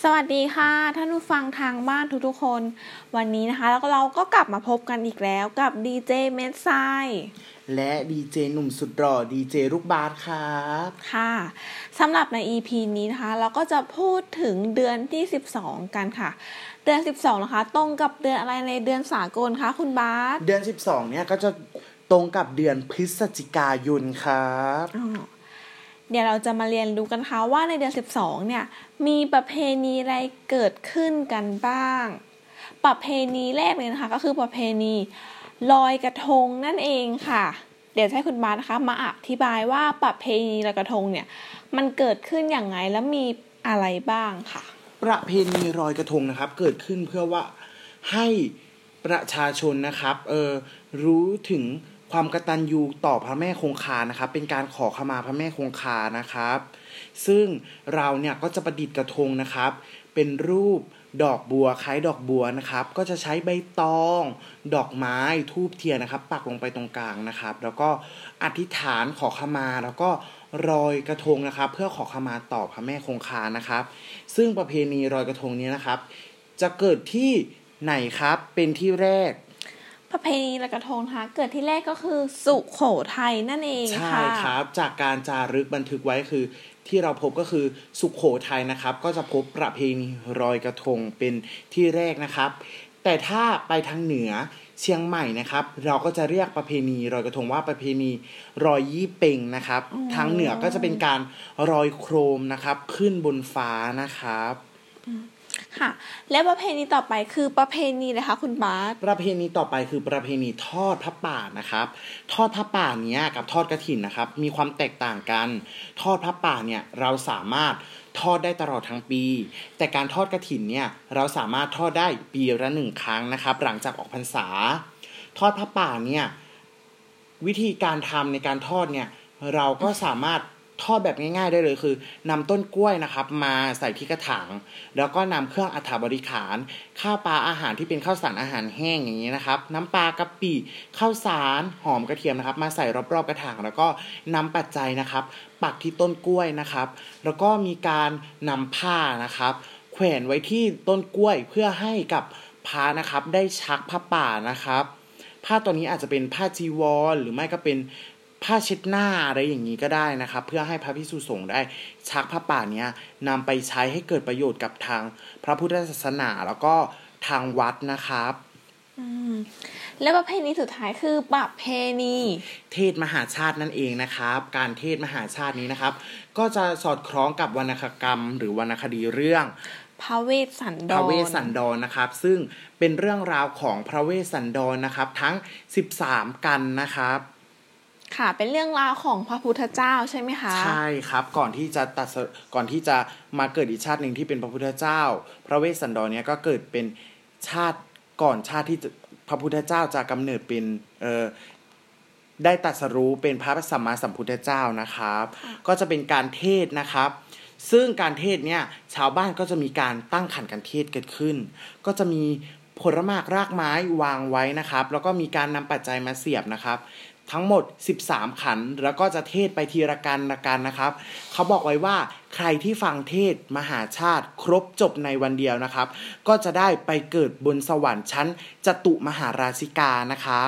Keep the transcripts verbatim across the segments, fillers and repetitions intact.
สวัสดีค่ะท่านผู้ฟังทางบ้านทุกๆคนวันนี้นะคะแล้วเราก็กลับมาพบกันอีกแล้วกับดีเจเมสไซและดีเจหนุ่มสุดหล่อดีเจลูกบาสครับค่ะสำหรับใน อี พี นี้นะคะเราก็จะพูดถึงเดือนที่สิบสองกันค่ะเดือนสิบสองนะคะตรงกับเดือนอะไรในเดือนสากลคะคุณบาสเดือนสิบสองเนี่ยก็จะตรงกับเดือนพฤศจิกายนครับเดี๋ยวเราจะมาเรียนรู้กันค่ะว่าในเดือนสิบสองเนี่ยมีประเพณีอะไรเกิดขึ้นกันบ้างประเพณีแรกเลยนะคะก็คือประเพณีลอยกระทงนั่นเองค่ะเดี๋ยวให้คุณบาสนะคะมาอธิบายว่าประเพณีลอยกระทงเนี่ยมันเกิดขึ้นอย่างไรและมีอะไรบ้างค่ะประเพณีลอยกระทงนะครับเกิดขึ้นเพื่อว่าให้ประชาชนนะครับเออรู้ถึงความกตัญญูต่อพระแม่คงคานะครับเป็นการขอขมาพระแม่คงคานะครับซึ่งเราเนี่ยก็จะประดิษฐ์กระทงนะครับเป็นรูปดอกบัวคล้ายดอกบัวนะครับก็จะใช้ใบตองดอกไม้ธูปเทียนนะครับปักลงไปตรงกลางนะครับแล้วก็อธิษฐานขอขมาแล้วก็ลอยกระทงนะครับเพื่อขอขมาต่อพระแม่คงคานะครับซึ่งประเพณีลอยกระทงนี้นะครับจะเกิดที่ไหนครับเป็นที่แรกประเพณีลอยกระทงนะคะเกิดที่แรกก็คือสุโขทัยนั่นเองค่ะใช่ครับจากการจารึกบันทึกไว้คือที่เราพบก็คือสุโขทัยนะครับก็จะพบประเพณีลอยกระทงเป็นที่แรกนะครับแต่ถ้าไปทางเหนือเชียงใหม่นะครับเราก็จะเรียกประเพณีลอยกระทงว่าประเพณีลอยยี่เป่งนะครับทางเหนือก็จะเป็นการลอยโคมนะครับขึ้นบนฟ้านะครับค่ะและประเพณีต่อไปคือประเพณีอะไรคะคุณบาสประเพณีต่อไปคือประเพณีทอดผ้าป่านะครับทอดผ้าป่าเนี้ยกับทอดกฐินนะครับมีความแตกต่างกันทอดผ้าป่าเนี่ยเราสามารถทอดได้ตลอดทั้งปีแต่การทอดกฐินเนี่ยเราสามารถทอดได้ปีละหนึ่งครั้งนะครับหลังจากออกพรรษาทอดผ้าป่าเนี่ยวิธีการทำในการทอดเนี่ยเราก็สามารถทอดแบบง่ายๆได้เลยคือนำต้นกล้วยนะครับมาใส่ที่กระถางแล้วก็นำเครื่องอัฐบริขารข้าวปลาอาหารที่เป็นข้าวสารอาหารแห้งอย่างนี้นะครับน้ำปลากะปิข้าวสารหอมกระเทียมนะครับมาใส่รอบๆกระถางแล้วก็นำปัจจัยนะครับปักที่ต้นกล้วยนะครับแล้วก็มีการนำผ้านะครับแขวนไว้ที่ต้นกล้วยเพื่อให้กับพระนะครับได้ชักผ้าป่านะครับผ้าตัวนี้อาจจะเป็นผ้าจีวรหรือไม่ก็เป็นผ้าเช็ดหน้าอะไรอย่างนี้ก็ได้นะครับเพื่อให้พระภิกษุสงฆ์ได้ชักผ้าป่าเนี้ยนำไปใช้ให้เกิดประโยชน์กับทางพระพุทธศาสนาแล้วก็ทางวัดนะครับอืมและประเพณีสุดท้ายคือประเพณีเทศมหาชาตินั่นเองนะครับการเทศมหาชาตินี้นะครับก็จะสอดคล้องกับวรรณกรรมหรือวรรณคดีเรื่องพระเวสสันดรพระเวสสันดรนะครับซึ่งเป็นเรื่องราวของพระเวสสันดรนะครับทั้งสิบสามกันนะครับค่ะเป็นเรื่องราวของพระพุทธเจ้าใช่ไหมคะใช่ครับก่อนที่จะตัดก่อนที่จะมาเกิดอีกชาติหนึ่งที่เป็นพระพุทธเจ้าพระเวสสันดรเนี่ยก็เกิดเป็นชาติก่อนชาติที่พระพุทธเจ้าจะกำเนิดเป็นเอ่อได้ตรัสรู้เป็นพระสัมมาสัมพุทธเจ้านะครับก็จะเป็นการเทศนะครับซึ่งการเทศเนี่ยชาวบ้านก็จะมีการตั้งขันการเทศเกิดขึ้นก็จะมีผลหมากรากไม้วางไว้นะครับแล้วก็มีการนำปัจจัยมาเสียบนะครับทั้งหมดสิบสามขันแล้วก็จะเทศไปทีละกันละกันนะครับเขาบอกไว้ว่าใครที่ฟังเทศมหาชาติครบจบในวันเดียวนะครับก็จะได้ไปเกิดบนสวรรค์ชั้นจตุมหาราชิกานะครับ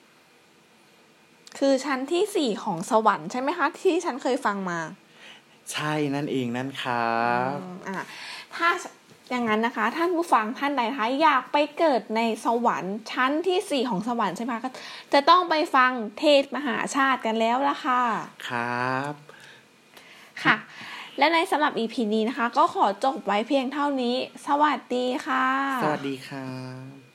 คือชั้นที่สี่ของสวรรค์ใช่ไหมคะที่ฉันเคยฟังมาใช่นั่นเองนั่นครับอ่าถ้าอย่างนั้นนะคะท่านผู้ฟังท่านใดคะอยากไปเกิดในสวรรค์ชั้นที่สี่ของสวรรค์ใช่ไหมคะจะต้องไปฟังเทศมหาชาติกันแล้วล่ะค่ะครับค่ะและในสำหรับ อี พี นี้นะคะก็ขอจบไว้เพียงเท่านี้สวัสดีค่ะสวัสดีครับ